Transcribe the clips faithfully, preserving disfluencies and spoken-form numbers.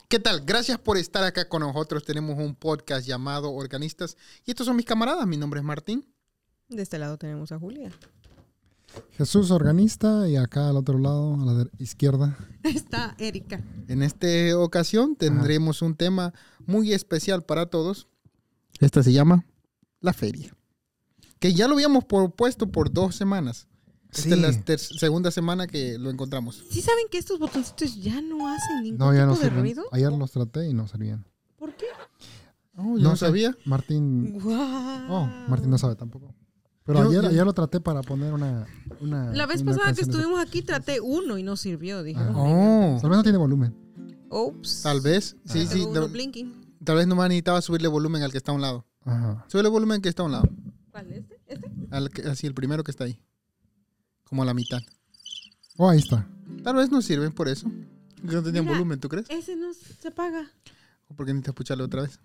¿Qué tal? Gracias por estar acá con nosotros. Tenemos un podcast llamado Organistas y estos son mis camaradas. Mi nombre es Martín. De este lado tenemos a Julia. Jesús, organista, y acá al otro lado, a la izquierda, está Erika. En esta ocasión tendremos Ajá. un tema muy especial para todos. Esta se llama la feria, que ya lo habíamos propuesto por dos semanas. Sí. Esta es la ter- segunda semana que lo encontramos. ¿Sí saben que estos botoncitos ya no hacen ningún no, ya tipo no de sirven. ruido? Ayer los traté y no servían. ¿Por qué? Oh, yo no, no sabía. Martín. Wow. Oh, Martín no sabe tampoco. Pero yo, ayer, yo, ayer lo traté para poner una... una la vez una pasada que estuvimos de... aquí traté uno y no sirvió. Dije, ah. Oh. Tal vez no tiene volumen. Ups. Tal vez. Sí, ah. sí. Tal, tal, tal vez nomás necesitaba subirle volumen al que está a un lado. Ajá. Súbele volumen al que está a un lado. ¿Cuál? ¿Este? ¿Este? Al que, así, el primero que está ahí. Como a la mitad. Oh, ahí está. Tal vez no sirven por eso. No tenían Mira, volumen, ¿tú crees? Ese no se apaga. ¿O porque necesitas escucharlo otra vez?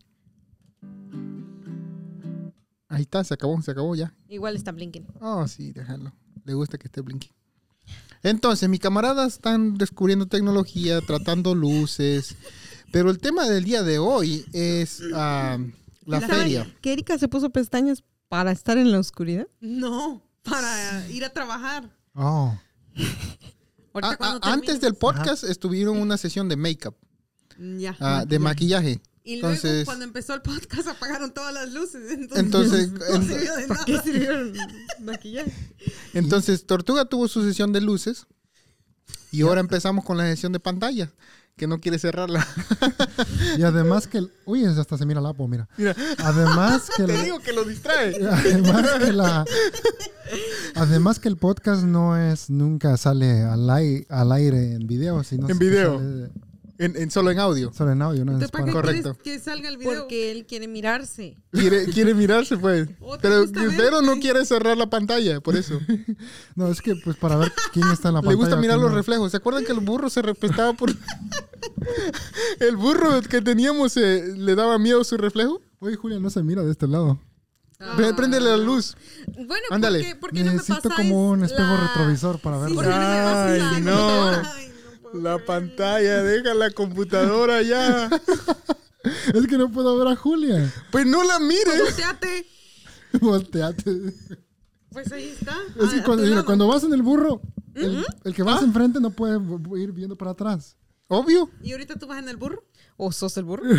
Ahí está, se acabó, se acabó ya. Igual está blinking. Oh, sí, déjalo. Le gusta que esté blinking. Entonces, mis camaradas están descubriendo tecnología, tratando luces. Pero el tema del día de hoy es uh, la ¿Saben feria. ¿Que Erika se puso pestañas para estar en la oscuridad? No, para ir a trabajar. Oh. A, a, antes del podcast Ajá. estuvieron una sesión de make-up. Ya. Uh, maquillaje. De maquillaje. Y entonces, luego cuando empezó el podcast apagaron todas las luces. Entonces, entonces no sirvió de nada. ¿Qué sirvieron maquillaje? Entonces Tortuga tuvo su sesión de luces y ahora empezamos con la sesión de pantalla, que no quiere cerrarla. Y además que el, uy, hasta se mira la apo, mira. mira. Además que te el, digo que lo distrae. Además que la Además que el podcast no es nunca sale al aire, al aire en video, sino en video. Sale, En, en solo en audio. Solo en audio, ¿no? ¿Para qué Correcto. que salga el video? Porque él quiere mirarse. Quiere, quiere mirarse, pues. Pero Pero no quiere cerrar la pantalla, por eso. No, es que pues para ver quién está en la Le pantalla. Le gusta mirar los no. reflejos. ¿Se acuerdan que el burro se respetaba por... el burro que teníamos eh, le daba miedo su reflejo? Oye, Julia, no se mira de este lado. Ah. Préndele la luz. Bueno, ándale. ¿por qué, ¿por qué Necesito no me pasáis como un espejo la... retrovisor para ver. Sí, la... Ay, Ay, no. Ay, La pantalla, deja la computadora ya. Es que no puedo ver a Julia. Pues no la mires. Volteate. Volteate. Pues ahí está. Es que cuando, mira, cuando vas en el burro, ¿Mm? el, el que vas ¿Ah? enfrente no puede ir viendo para atrás. Obvio. ¿Y ahorita tú vas en el burro? ¿O sos el burro?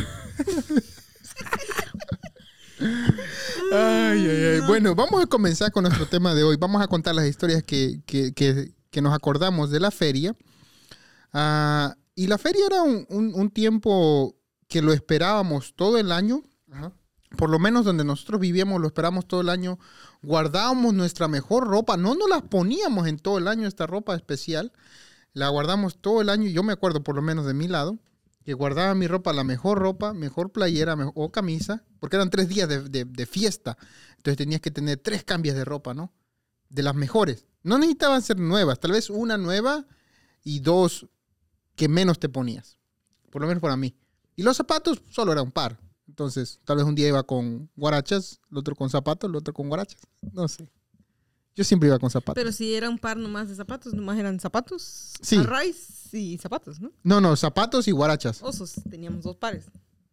Ay, ay, ay. Bueno, vamos a comenzar con nuestro tema de hoy. Vamos a contar las historias que, que, que, que nos acordamos de la feria. Uh, y la feria era un, un, un tiempo que lo esperábamos todo el año. Ajá. Por lo menos donde nosotros vivíamos lo esperábamos todo el año. Guardábamos nuestra mejor ropa. No nos la poníamos en todo el año, esta ropa especial. La guardamos todo el año. Yo me acuerdo por lo menos de mi lado que guardaba mi ropa, la mejor ropa, mejor playera mejor, o camisa. Porque eran tres días de, de, de fiesta. Entonces tenías que tener tres cambios de ropa, ¿no? De las mejores. No necesitaban ser nuevas. Tal vez una nueva y dos que menos te ponías, por lo menos para mí. Y los zapatos solo era un par. Entonces, tal vez un día iba con guarachas, el otro con zapatos, el otro con guarachas. No sé. Yo siempre iba con zapatos. Pero si era un par nomás de zapatos, nomás eran zapatos, sí. arrays y zapatos, ¿no? No, no, zapatos y guarachas. Osos, teníamos dos pares.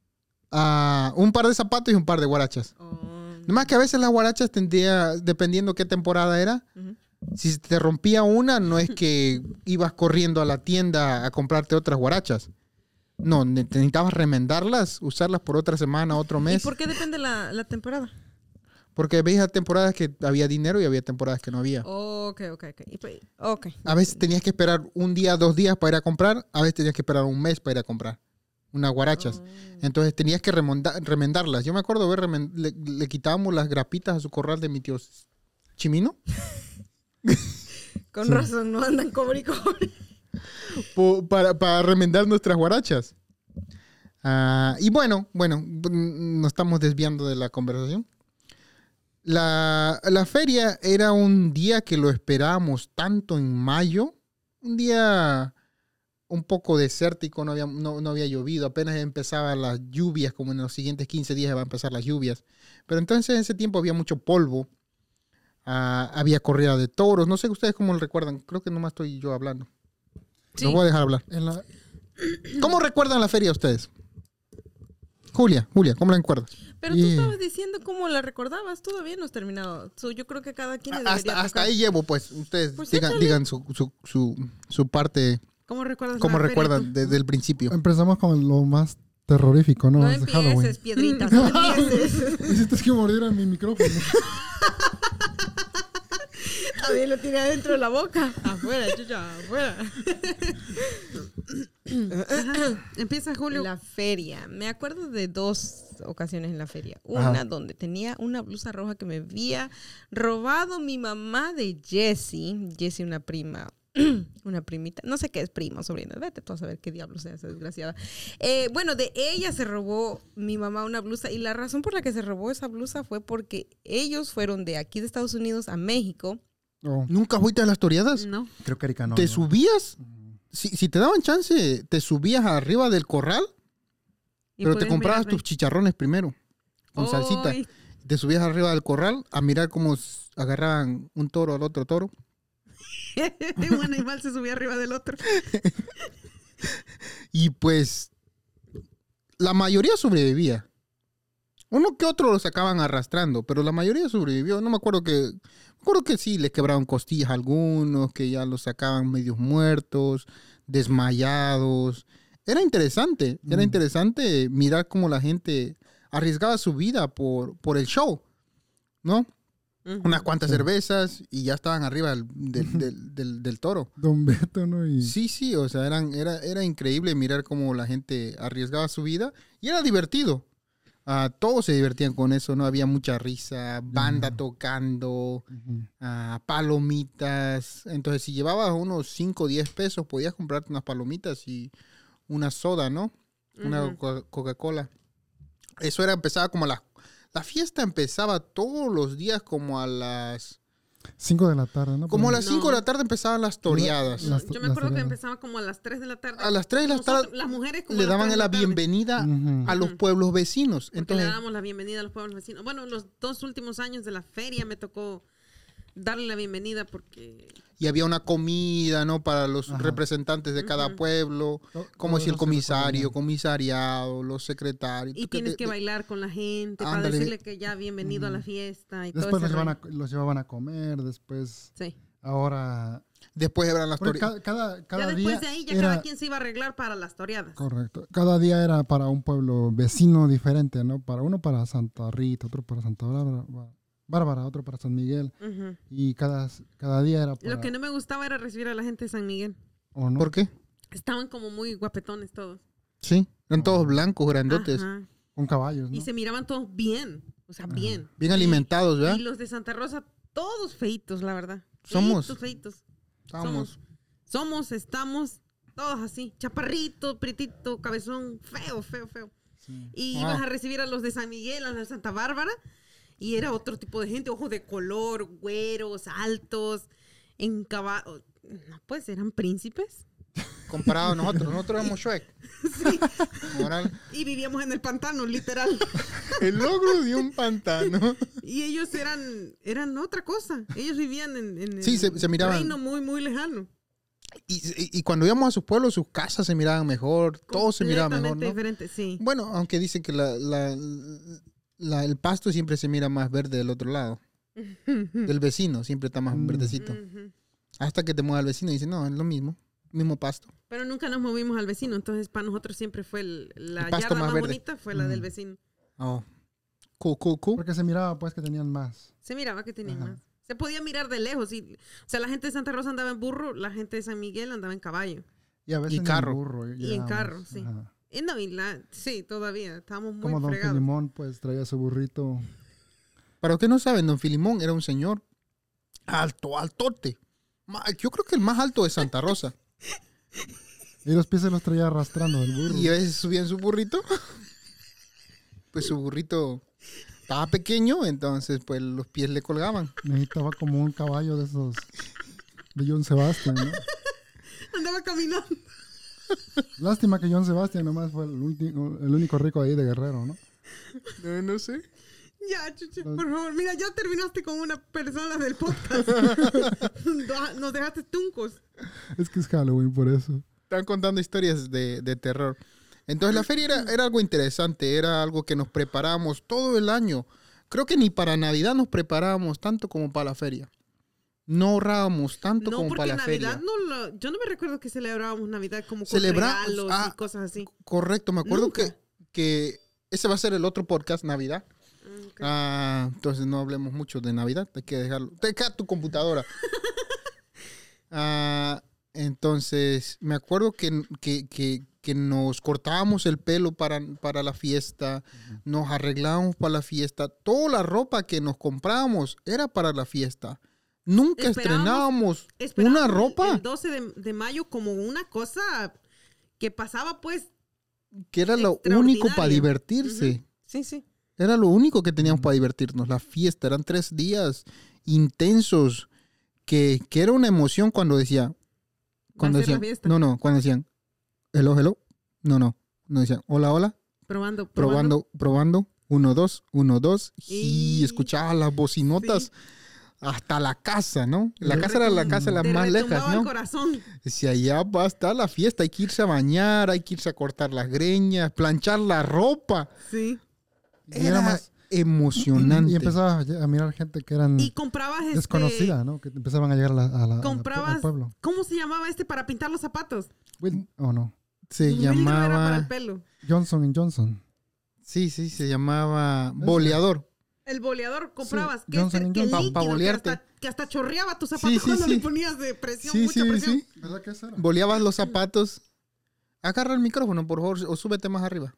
Uh, un par de zapatos y un par de guarachas. Oh. Nomás que a veces las guarachas tendría, dependiendo qué temporada era, uh-huh. Si te rompía una, no es que ibas corriendo a la tienda a comprarte otras guarachas. No, necesitabas remendarlas, usarlas por otra semana, otro mes. ¿Y por qué depende la, la temporada? Porque veía temporadas que había dinero y había temporadas que no había. Oh, ok, ok, ok. okay. A veces tenías que esperar un día, dos días para ir a comprar. A veces tenías que esperar un mes para ir a comprar unas guarachas. Oh. Entonces tenías que remendar, remendarlas. Yo me acuerdo, ver, remend- le, le quitábamos las grapitas a su corral de mi tío Chimino. Con sí. razón, no andan cobre y cobre. Para, para remendar nuestras guarachas. Uh, y bueno, bueno, nos estamos desviando de la conversación. La, la feria era un día que lo esperábamos tanto en mayo. Un día un poco desértico, no había, no, no había llovido. Apenas empezaban las lluvias, como en los siguientes quince días van a empezar las lluvias. Pero entonces en ese tiempo había mucho polvo. Uh, había corrida de toros. No sé ustedes cómo lo recuerdan. Creo que nomás estoy yo hablando. Sí. Lo voy a dejar hablar. En la, ¿Cómo recuerdan la feria ustedes? Julia, Julia, ¿cómo la recuerdas? Pero tú yeah. estabas diciendo cómo la recordabas. Todavía no has terminado. So, yo creo que cada quien le debería hasta, hasta ahí llevo, pues. Ustedes pues digan, digan su, su, su, su parte. ¿Cómo recuerdas ¿Cómo la recuerdan feria, desde el principio? Empezamos con lo más terrorífico, ¿no? No de empieces, Halloween. piedritas. No empieces. Hiciste que mordiera mi micrófono. Todavía lo tiene adentro de la boca. Afuera, chucha, afuera. Empieza, Julio. La feria. Me acuerdo de dos ocasiones en la feria. Una Ajá. donde tenía una blusa roja que me había robado mi mamá de Jessie. Jessie, una prima. Una primita. No sé qué es prima o sobrina. Vete tú a saber qué diablos es esa desgraciada. Eh, bueno, de ella se robó mi mamá una blusa. Y la razón por la que se robó esa blusa fue porque ellos fueron de aquí de Estados Unidos a México. Oh. ¿Nunca fuiste a las toreadas? No. Creo que Erika no. ¿Te no. subías? Si, si te daban chance, te subías arriba del corral, pero te comprabas mirarme. tus chicharrones primero, con oh, salsita. Y... Te subías arriba del corral a mirar cómo agarraban un toro al otro toro. Un animal se subía arriba del otro. Y pues, la mayoría sobrevivía. Uno que otro lo sacaban arrastrando, pero la mayoría sobrevivió. No me acuerdo que... Me acuerdo que sí, les quebraron costillas a algunos, que ya los sacaban medios muertos, desmayados. Era interesante, mm. era interesante mirar cómo la gente arriesgaba su vida por, por el show, ¿no? Uh-huh. Unas cuantas sí. cervezas y ya estaban arriba del, del, del, del, del toro. Don Beto, ¿no? Y... Sí, sí, o sea, eran, era, era increíble mirar cómo la gente arriesgaba su vida y era divertido. Uh, todos se divertían con eso, ¿no? Había mucha risa, banda uh-huh. tocando, uh-huh. uh, palomitas. Entonces, si llevabas unos cinco o diez pesos, podías comprarte unas palomitas y una soda, ¿no? Uh-huh. Una Coca-Cola. Eso era, empezaba como a las... La fiesta empezaba todos los días como a las... cinco de la tarde, ¿no? Como a las cinco no. de la tarde empezaban las toreadas. No, yo me acuerdo que empezaba como a las tres de la tarde. A las tres de la tarde las mujeres le daban la, la bienvenida uh-huh. a los pueblos vecinos. Porque Entonces, le dábamos la bienvenida a los pueblos vecinos. Bueno, los dos últimos años de la feria me tocó darle la bienvenida porque... Y había una comida, ¿no? Para los Ajá. representantes de cada uh-huh. pueblo. Como no, si el comisario, comisariado, los secretarios. Y tienes que, que bailar con la gente Ándale. para decirle que ya bienvenido uh-huh. a la fiesta. Y después todo los, a, los llevaban a comer, después... Sí. Ahora... Después eran las toreadas. Cada, cada, cada ya día después de ahí ya era, cada quien se iba a arreglar para las toreadas. Correcto. Cada día era para un pueblo vecino diferente, ¿no? Para uno para Santa Rita, otro para Santa Bárbara, Bárbara otro para San Miguel. Uh-huh. Y cada, cada día era para... Lo que no me gustaba era recibir a la gente de San Miguel. ¿O no? ¿Por qué? Estaban como muy guapetones todos. Sí, eran todos blancos, grandotes. Ajá. Con caballos, ¿no? Y se miraban todos bien, o sea, Ajá. bien. Bien alimentados, ¿verdad? Y los de Santa Rosa, todos feitos, la verdad. Somos. Feitos, feitos. Somos. Somos. Somos, estamos, todos así. Chaparrito, pretito, cabezón, feo, feo, feo. Sí. Y wow. ibas a recibir a los de San Miguel, a los de Santa Bárbara. Y era otro tipo de gente, ojos de color, güeros, altos, en caballo. No, pues eran príncipes. Comparado a nosotros, nosotros éramos Shrek. Sí. Moral. Y vivíamos en el pantano, literal. El logro de un pantano. Y ellos eran, eran otra cosa. Ellos vivían en, en sí, se, se miraban. un reino muy, muy lejano. Y, y, y cuando íbamos a sus pueblos, sus casas se miraban mejor, todo se miraba mejor, ¿no? Diferente, sí. Bueno, aunque dicen que la, la, la, el pasto siempre se mira más verde del otro lado. Del vecino, siempre está más verdecito. Uh-huh. Hasta que te mueva el vecino y dice, no, es lo mismo. Mismo pasto. Pero nunca nos movimos al vecino, entonces para nosotros siempre fue el, la el yarda más, más bonita fue la mm. del vecino. Oh. Cool, cool, cool. Porque se miraba pues que tenían más. Se miraba que tenían Ajá. más. Se podía mirar de lejos. Y, o sea, la gente de Santa Rosa andaba en burro, la gente de San Miguel andaba en caballo. Y a veces y carro. en burro. Y en carro, sí. Ajá. Y no, y la, sí, todavía. Estábamos muy Como Don fregados. Filimón pues traía su burrito. Para los que no saben, Don Filimón era un señor alto, altote. Yo creo que el más alto de Santa Rosa. Y los pies se los traía arrastrando del burro. Y a veces subía en su burrito. Pues su burrito estaba pequeño, entonces pues los pies le colgaban. Necesitaba como un caballo de esos de John Sebastian, ¿no? Andaba caminando. Lástima que John Sebastian nomás fue el, último, el único rico ahí de Guerrero, ¿no? No, no sé. Ya, chuche, por favor. Mira, ya terminaste con una persona del podcast. Nos dejaste tuncos. Es que es Halloween, por eso. Están contando historias de, de terror. Entonces la feria era, era algo interesante, era algo que nos preparábamos todo el año. Creo que ni para Navidad nos preparábamos tanto como para la feria. No ahorrábamos tanto no, como para la Navidad feria. No lo, yo no me recuerdo que celebrábamos Navidad como con Celebra regalos ah, y cosas así. Correcto, me acuerdo Nunca. que, que ese va a ser el otro podcast, Navidad. Okay. Ah, entonces no hablemos mucho de Navidad, hay que dejarlo. Deja tu computadora. ah, entonces, me acuerdo que, que, que, que nos cortábamos el pelo para, para la fiesta, uh-huh. nos arreglábamos para la fiesta. Toda la ropa que nos comprábamos era para la fiesta. Nunca estrenábamos una ropa. El doce de, de mayo como una cosa que pasaba pues. Que era lo único para divertirse. Uh-huh. Sí, sí. Era lo único que teníamos para divertirnos. La fiesta, eran tres días intensos. Que, que era una emoción cuando decía. Cuando decían. No, no, cuando decían. Hello, hello. No, no. No decían. Hola, hola. Probando, probando. Probando, probando. Uno, dos, uno, dos. Y, y escuchaba las bocinotas. Sí. Hasta la casa, ¿no? La te casa retum- era la casa la más lejos, ¿no? El corazón. Decía, ya va a estar la fiesta, hay que irse a bañar, hay que irse a cortar las greñas, planchar la ropa. Sí. Era, era más emocionante. Y empezabas a mirar gente que eran y comprabas desconocida, este, ¿no? Que empezaban a llegar a la, a la, comprabas, al pueblo. ¿Cómo se llamaba este para pintar los zapatos? Will, oh, no. Se Will llamaba... Era para el pelo. Johnson and Johnson. Sí, sí, se llamaba boleador. El boleador comprabas, sí, que, Johnson es que el líquido, pa, pa que, hasta, que hasta chorreaba tus zapatos sí, sí, cuando sí. le ponías de presión, sí, mucha sí, presión. Sí. ¿Verdad que eso era? Boleabas los zapatos. Agarra el micrófono, por favor, o súbete más arriba.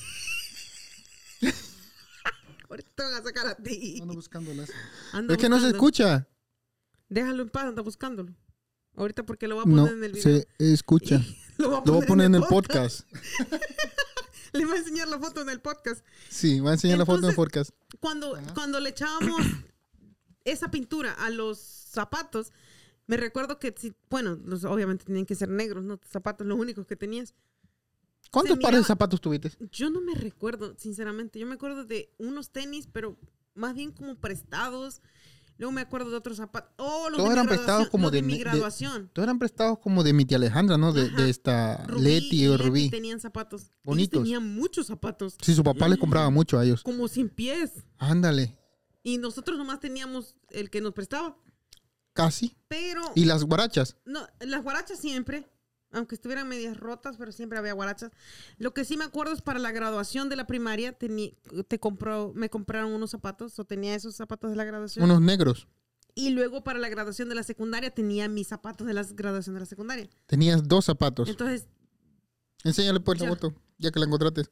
Ahorita te van a sacar a ti. Ando buscándolo eso. Anda es que buscando. no se escucha. Déjalo en paz, anda buscándolo. Ahorita porque lo voy a poner No en el video. se escucha. lo voy a poner, lo voy a poner en el podcast. podcast. Le voy a enseñar la foto en el podcast. Sí, voy a enseñar Entonces, la foto en el podcast. Cuando, cuando le echábamos esa pintura a los zapatos, me recuerdo que, si, bueno, los, obviamente tenían que ser negros, ¿no? Tus zapatos, los únicos que tenías. ¿Cuántos pares miraba, de zapatos tuviste? Yo no me recuerdo, sinceramente. Yo me acuerdo de unos tenis, pero más bien como prestados. Luego me acuerdo de otros zapatos. Oh, los todos de eran mi prestados como de, de, de mi graduación. De, todos eran prestados como de mi tía Alejandra, ¿no? De, de esta Rubí Leti o Rubí. Leti tenían zapatos. Bonitos. Ellos tenían muchos zapatos. Sí, su papá les compraba mucho a ellos. Como sin pies. Ándale. Y nosotros nomás teníamos el que nos prestaba. Casi. Pero... ¿Y las guarachas? No, las guarachas siempre. Aunque estuvieran medias rotas, pero siempre había guarachas. Lo que sí me acuerdo es para la graduación de la primaria, tení, te compró, me compraron unos zapatos, o tenía esos zapatos de la graduación. Unos negros. Y luego para la graduación de la secundaria tenía mis zapatos de la graduación de la secundaria. Tenías dos zapatos. Entonces... Enséñale pues ya. La foto, ya que la encontraste.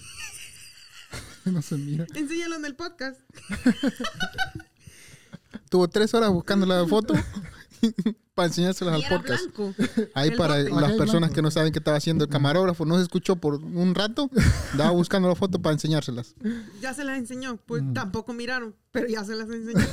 No se mira. Enséñalo en el podcast. Tuvo tres horas buscando la foto para enseñárselas y al era podcast. Blanco. Ahí el para bote. las Ay, personas blanco. que no saben qué estaba haciendo el camarógrafo, no se escuchó por un rato, andaba buscando la foto para enseñárselas. Ya se las enseñó. Pues Mm. tampoco miraron, pero ya se las enseñó.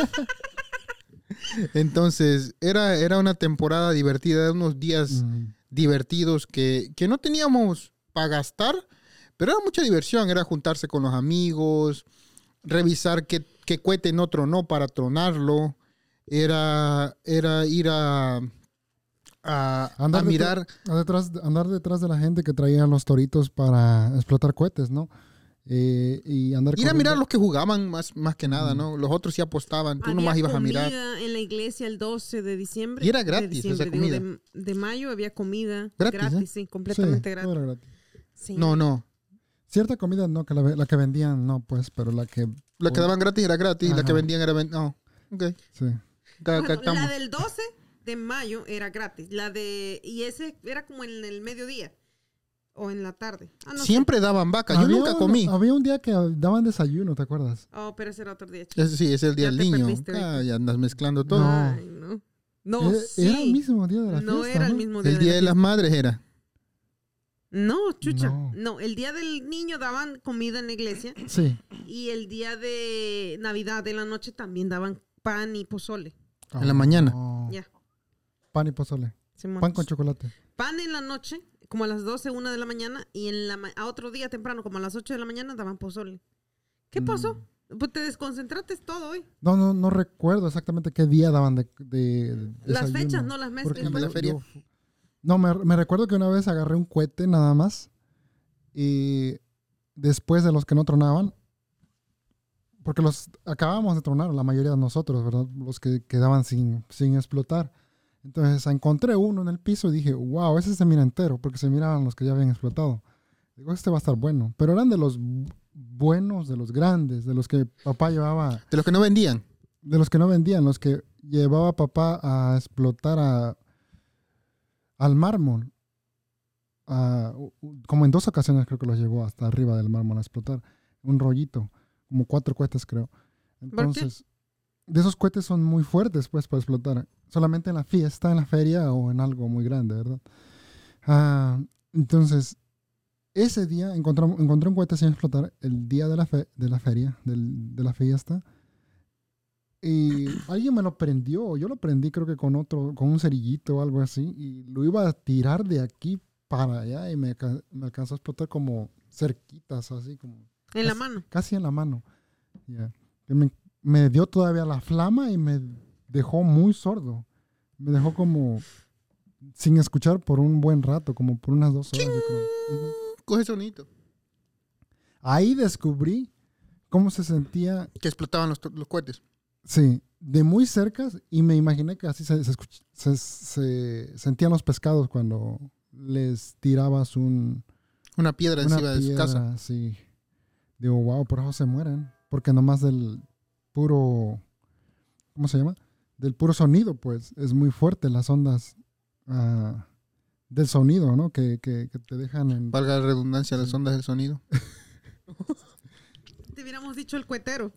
Entonces, era, era una temporada divertida, eran unos días Mm. divertidos que, que no teníamos para gastar, pero era mucha diversión, era juntarse con los amigos, revisar qué, qué cohete en otro no para tronarlo, era, era ir a, a, Andar a mirar... Detrás, andar detrás de la gente que traía los toritos para explotar cohetes, ¿no? Eh, y andar Ir a corriendo. mirar los que jugaban más, más que nada, ¿no? Los otros sí apostaban, tú Había nomás ibas a mirar. comida en la iglesia el doce de diciembre. Y era de gratis diciembre, esa digo, comida. de, de mayo había comida. Gratis, Gratis, ¿eh? sí, completamente Sí, gratis. todo era gratis. Sí. No, no. Cierta comida no, que la, la que vendían no, pues, pero la que... La que daban gratis era gratis, la Ajá. que vendían era... ven- No, ok. Sí. Ca- Bueno, captamos. la del doce de mayo era gratis. La de... Y ese era como en el mediodía. O en la tarde. Ah, no Siempre daban vaca, yo Había nunca un- comí. Había un día que daban desayuno, ¿te acuerdas? sé. Oh, pero ese era otro día, chico. Ese sí, es el día Ya del te niño. perdiste ahorita. Ah, ya andas mezclando todo. No. Ay, no. No, Eh, sí. Era el mismo día de la No fiesta, era el ¿no? mismo día El día la de las fiesta. madres era. No, chucha. No. No. el día del niño daban comida en la iglesia. Sí. Y el día de Navidad de la noche también daban pan y pozole. En la mañana. Oh. Ya. Pan y pozole. Simón. Pan con chocolate. Pan en la noche, como a las doce, una de la mañana, y en la ma- a otro día temprano, como a las ocho de la mañana, daban pozole. ¿Qué Mm. pasó? Pues te desconcentraste todo hoy. No, no, no recuerdo exactamente qué día daban de, de Las desayuno. fechas, no las mezcles. Porque ¿De la yo- feria? yo fu- No, me, me recuerdo que una vez agarré un cohete nada más y después de los que no tronaban, porque los acabábamos de tronar, la mayoría de nosotros, ¿verdad? Los que quedaban sin, sin explotar. Entonces encontré uno en el piso y dije, wow, ese se mira entero, porque se miraban los que ya habían explotado. Digo, este va a estar bueno. Pero eran de los buenos, de los grandes, de los que papá llevaba. De los que no vendían. De los que no vendían, los que llevaba papá a explotar a, al mármol. A, como en dos ocasiones creo que los llevó hasta arriba del mármol a explotar. Un rollito, como cuatro cohetes creo. Entonces, de esos cohetes son muy fuertes pues para explotar. Solamente en la fiesta, en la feria o en algo muy grande, ¿verdad? Ah, entonces, ese día encontré, encontré un cohete sin explotar el día de la, fe, de la feria, del, de la fiesta. Y alguien me lo prendió. Yo lo prendí creo que con otro, con un cerillito o algo así. Y lo iba a tirar de aquí para allá y me, me alcanzó a explotar como cerquitas, así como... En casi, la mano. Casi en la mano. Yeah. Me, me dio todavía la flama y me dejó muy sordo. Me dejó como sin escuchar por un buen rato, como por unas dos horas. Yo creo. Uh-huh. Coge sonido. Ahí descubrí cómo se sentía... Que explotaban los, los cohetes. Sí, de muy cerca, y me imaginé que así se, se, escuch- se, se sentían los pescados cuando les tirabas un... Una piedra una encima piedra, de su casa. Sí. Digo, wow, por eso se mueren. Porque nomás del puro... ¿Cómo se llama? Del puro sonido, pues, es muy fuerte las ondas uh, del sonido, ¿no? Que, que, que te dejan en... Valga la redundancia, las ondas del sonido. Te hubiéramos dicho el cuetero.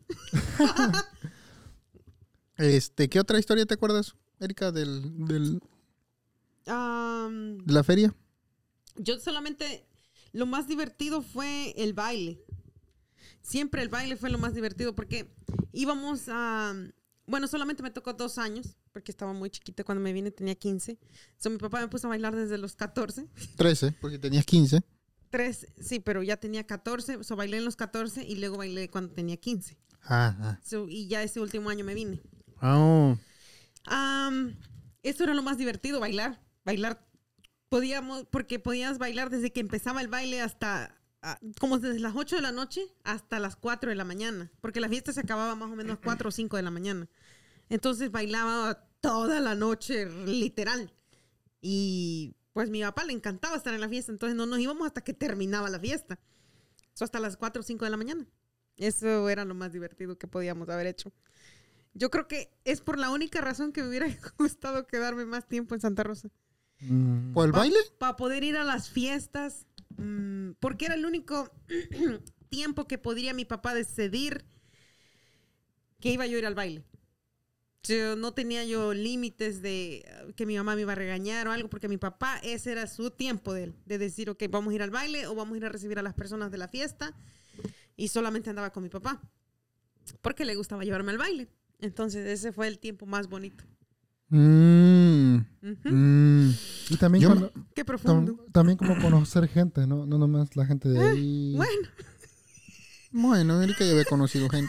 Este, ¿qué otra historia te acuerdas, Erika, del, del, Um, de la feria? yo solamente, lo más divertido fue el baile. Siempre el baile fue lo más divertido porque íbamos a... Bueno, solamente me tocó dos años porque estaba muy chiquita cuando me vine, tenía quince. So, mi papá me puso a bailar desde los catorce. trece, porque tenías quince. Tres, sí, pero ya tenía catorce. So, bailé en los catorce y luego bailé cuando tenía quince. Ajá. So, y ya ese último año me vine. Oh. Um, esto era lo más divertido, bailar. Bailar, podíamos, porque podías bailar desde que empezaba el baile hasta, uh, como desde las ocho de la noche hasta las cuatro de la mañana, porque la fiesta se acababa más o menos cuatro o cinco de la mañana. Entonces bailaba toda la noche, literal. Y pues mi papá le encantaba estar en la fiesta, entonces no nos íbamos hasta que terminaba la fiesta. Eso hasta las cuatro o cinco de la mañana. Eso era lo más divertido que podíamos haber hecho. Yo creo que es por la única razón que me hubiera gustado quedarme más tiempo en Santa Rosa. Mm. ¿Por el Pa- baile? Para poder ir a las fiestas, mmm, porque era el único tiempo que podría mi papá decidir que iba yo a ir al baile. Yo no tenía yo límites de uh, que mi mamá me iba a regañar o algo, porque mi papá, ese era su tiempo de él, de decir, ok, vamos a ir al baile o vamos a ir a recibir a las personas de la fiesta, y solamente andaba con mi papá, porque le gustaba llevarme al baile. Entonces ese fue el tiempo más bonito. Mm. Ujú. Mm. Y también, Yo cuando, Qué profundo. tam- también como conocer gente, ¿no? No nomás la gente de ahí. Bueno, Bueno, Erika ya había conocido gente.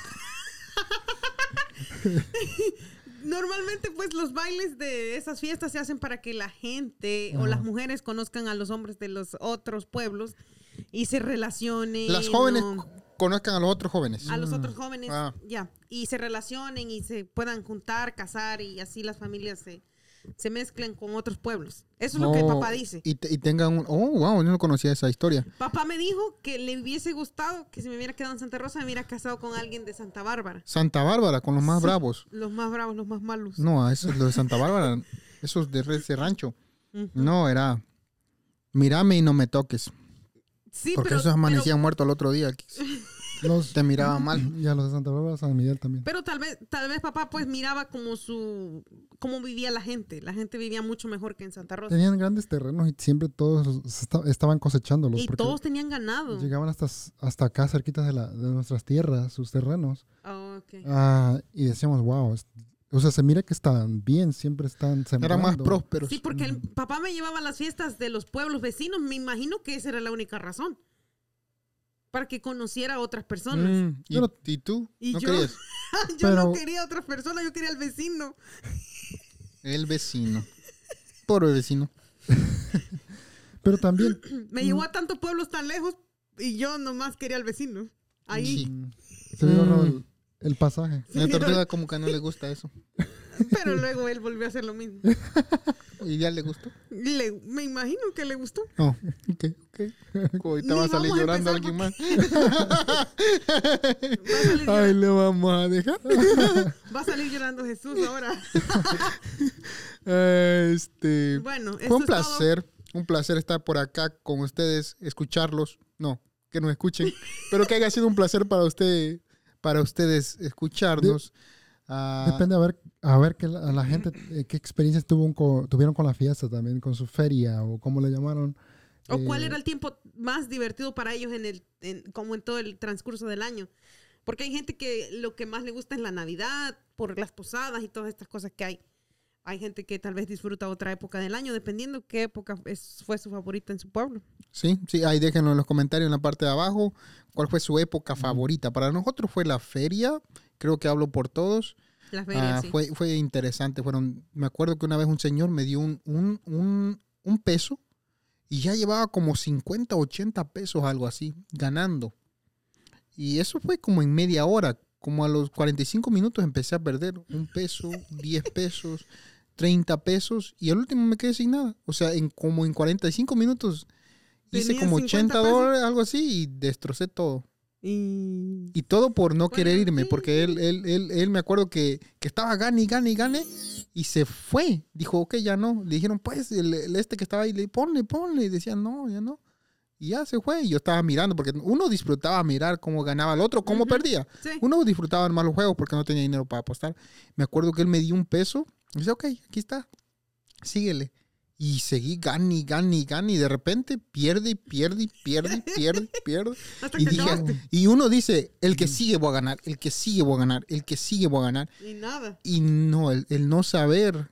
normalmente pues los bailes de esas fiestas se hacen para que la gente o Ajá. las mujeres conozcan a los hombres de los otros pueblos y se relacionen. Las jóvenes o c- conozcan a los otros jóvenes. a los otros jóvenes, Ah. ya, y se relacionen y se puedan juntar, casar, y así las familias se, se mezclen con otros pueblos. Eso es lo que Oh, papá dice. Y, te- y tengan un... Oh, wow, yo no conocía esa historia. Papá me dijo que le hubiese gustado que si me hubiera quedado en Santa Rosa me hubiera casado con alguien de Santa Bárbara. Santa Bárbara, con los más Sí. bravos. Los más bravos, los más malos. No, eso es lo de Santa Bárbara. Esos de ese rancho. Ujú. No, era... Mírame y no me toques. Sí, Porque pero, esos amanecían muertos al otro día. Los, Te miraban mal. y a los de Santa Bárbara, San Miguel también. pero tal vez, tal vez papá pues miraba como su, cómo vivía la gente. La gente vivía mucho mejor que en Santa Rosa. Tenían grandes terrenos y siempre todos los- esta- estaban cosechándolos. Y porque todos tenían ganado. llegaban hasta, hasta acá, cerquita de, la, de nuestras tierras, sus terrenos. Oh, ok. Ah, y decíamos, wow. es- O sea, se mira que están bien, siempre están sembrando. Eran más prósperos. Sí, porque el papá me llevaba a las fiestas de los pueblos vecinos. Me imagino que esa era la única razón. Para que conociera a otras personas. Mm, ¿y, Pero- y tú? Y ¿No yo- querías? Yo no Pero- quería a otras personas, yo quería al vecino. El vecino. Pobre vecino. Pero también... Me llevó a tantos pueblos tan lejos y yo nomás quería al vecino. Ahí. Sí. Se había ahorrado el, el pasaje. La tortuga como que no le gusta eso. Pero luego él volvió a hacer lo mismo. ¿Y ya le gustó? Le, me imagino que le gustó. Oh, ok, ok. Ahorita va a salir llorando alguien más. Va a salir, Ay, lo vamos a dejar. va a salir llorando Jesús ahora. Este, Bueno, fue esto un es todo. placer, un placer estar por acá con ustedes, escucharlos. No, que nos escuchen, pero que haya sido un placer para usted, para ustedes escucharnos. Ah, Depende a ver, a ver que la, la gente, eh, qué experiencias tuvo un co- tuvieron con la fiesta también, con su feria o cómo le llamaron. ¿O cuál Eh, era el tiempo más divertido para ellos en el, en, como en todo el transcurso del año? Porque hay gente que lo que más le gusta es la Navidad, por las posadas y todas estas cosas que hay. Hay gente que tal vez disfruta otra época del año, dependiendo qué época es, fue su favorita en su pueblo. Sí, sí, ahí déjenlo en los comentarios en la parte de abajo. ¿Cuál fue su época favorita? Para nosotros fue la feria, creo que hablo por todos. La feria, Ah, sí. fue, fue interesante. Fueron, me acuerdo que una vez un señor me dio un, un, un, un peso y ya llevaba como cincuenta, ochenta pesos, algo así, ganando. Y eso fue como en media hora. Como a los cuarenta y cinco minutos empecé a perder un peso, diez pesos, treinta pesos y al último me quedé sin nada. O sea, en como en cuarenta y cinco minutos hice Tenías como cincuenta ochenta pesos. dólares, algo así, y destrocé todo. Y... Y todo por no Bueno, querer irme, sí. porque él, él, él, él me acuerdo que, que estaba gane y gane y gane y se fue. Dijo, ok, ya no. Le dijeron, pues, el, el este que estaba ahí, le ponle, ponle. Y decía, no, ya no. Y ya se fue. Y yo estaba mirando, porque uno disfrutaba mirar cómo ganaba el otro, cómo Ujú. perdía. Sí. Uno disfrutaba más los juegos porque no tenía dinero para apostar. Me acuerdo que él me dio un peso. Y dice, ok, aquí está. Síguele. Y seguí, gane y gane y gane. Y de repente pierde y pierde y pierde y pierde y pierde. Hasta Y, que dije, acabaste. y uno dice, el que sigue voy a ganar, el que sigue voy a ganar, el que sigue voy a ganar. Y nada. Y no, el, el no saber,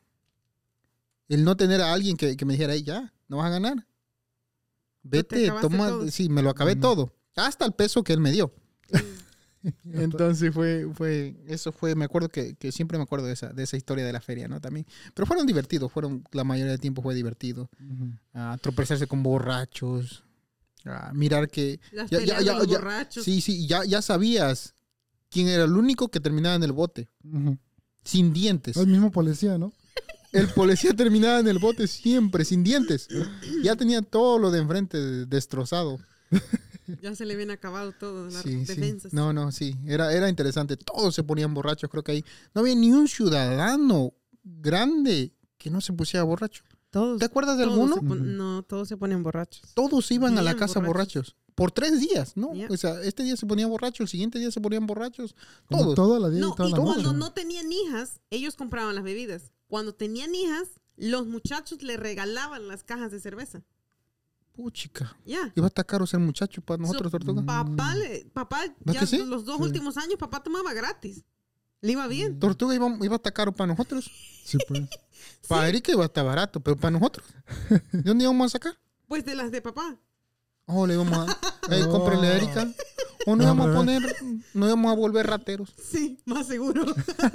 el no tener a alguien que, que me dijera, "Ey, ya, no vas a ganar. Vete, acabaste toma, todo. sí, me lo acabé Mm. todo. Hasta el peso que él me dio. Entonces, Entonces fue, fue, eso fue, me acuerdo que, que siempre me acuerdo de esa, de esa historia de la feria, ¿no? También. Pero fueron divertidos, fueron, la mayoría del tiempo fue divertido. Ah, tropezarse con borrachos. Ah, mirar que Las Ya- peleas ya- de los ya- borrachos. sí, sí, ya, ya sabías quién era el único que terminaba en el bote, Ujú. sin dientes. El mismo policía, ¿no? El policía terminaba en el bote siempre, sin dientes. Ya tenía todo lo de enfrente destrozado. Ya se le viene acabado todo, las Sí, sí. defensas. No, no, sí. Era, era interesante. Todos se ponían borrachos. Creo que ahí no había ni un ciudadano grande que no se pusiera borracho. Todos, ¿Te acuerdas de todos alguno? se pon- no, todos se ponen borrachos. Todos iban a la Bien casa borrachos. borrachos. Por tres días, ¿no? Ya. O sea, este día se ponían borrachos, el siguiente día se ponían borrachos. Como Todos. toda la día No, y toda y la cuando noche. no tenían hijas, ellos compraban las bebidas. Cuando tenían hijas, los muchachos le regalaban las cajas de cerveza. Puchica. Ya. Iba a estar caro ser muchacho para nosotros, So, Tortuga. Papá, le- papá ¿Ves ya que sí? los dos Sí. últimos años, papá tomaba gratis. Le iba bien. Tortuga iba, iba a estar caro para nosotros. Sí, pues. Para Erika iba a estar barato, pero para nosotros. ¿De dónde íbamos a sacar? Pues de las de papá. Oh, le íbamos a. Eh, Oh. cómprenle a Erika. O no No, íbamos a pero- poner. No íbamos a volver rateros. Sí, más seguro.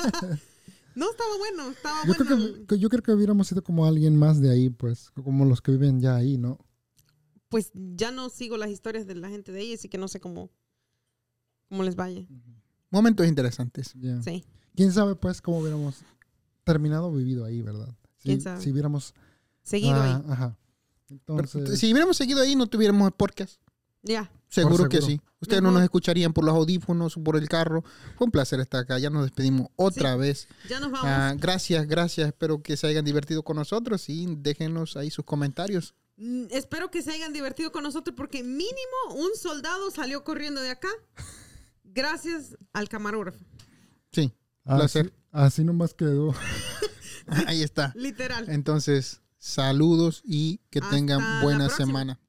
No, estaba bueno, estaba Yo, bueno. creo que, que- yo creo que hubiéramos sido como alguien más de ahí, pues. Como los que viven ya ahí, ¿no? Pues ya no sigo las historias de la gente de ahí, así que no sé cómo, cómo les vaya. Momentos interesantes. Ya. Sí. ¿Quién sabe, pues, cómo hubiéramos terminado vivido ahí, verdad? Si, ¿Quién sabe? Si hubiéramos... Seguido ah, ahí. Ajá. Pero, Entonces... si hubiéramos seguido ahí, no tuviéramos podcast. Ya. Seguro, Por que seguro. sí. Ustedes no Mejor. nos escucharían por los audífonos o por el carro. Fue un placer estar acá. Ya nos despedimos otra Sí. vez. Ya nos vamos. Ah, gracias, gracias. Espero que se hayan divertido con nosotros y déjenos ahí sus comentarios. Mm, espero que se hayan divertido con nosotros porque mínimo un soldado salió corriendo de acá gracias al camarógrafo. Sí, así, placer. así nomás quedó. Ahí está. Literal. Entonces, saludos y que Hasta tengan la buena próxima. semana.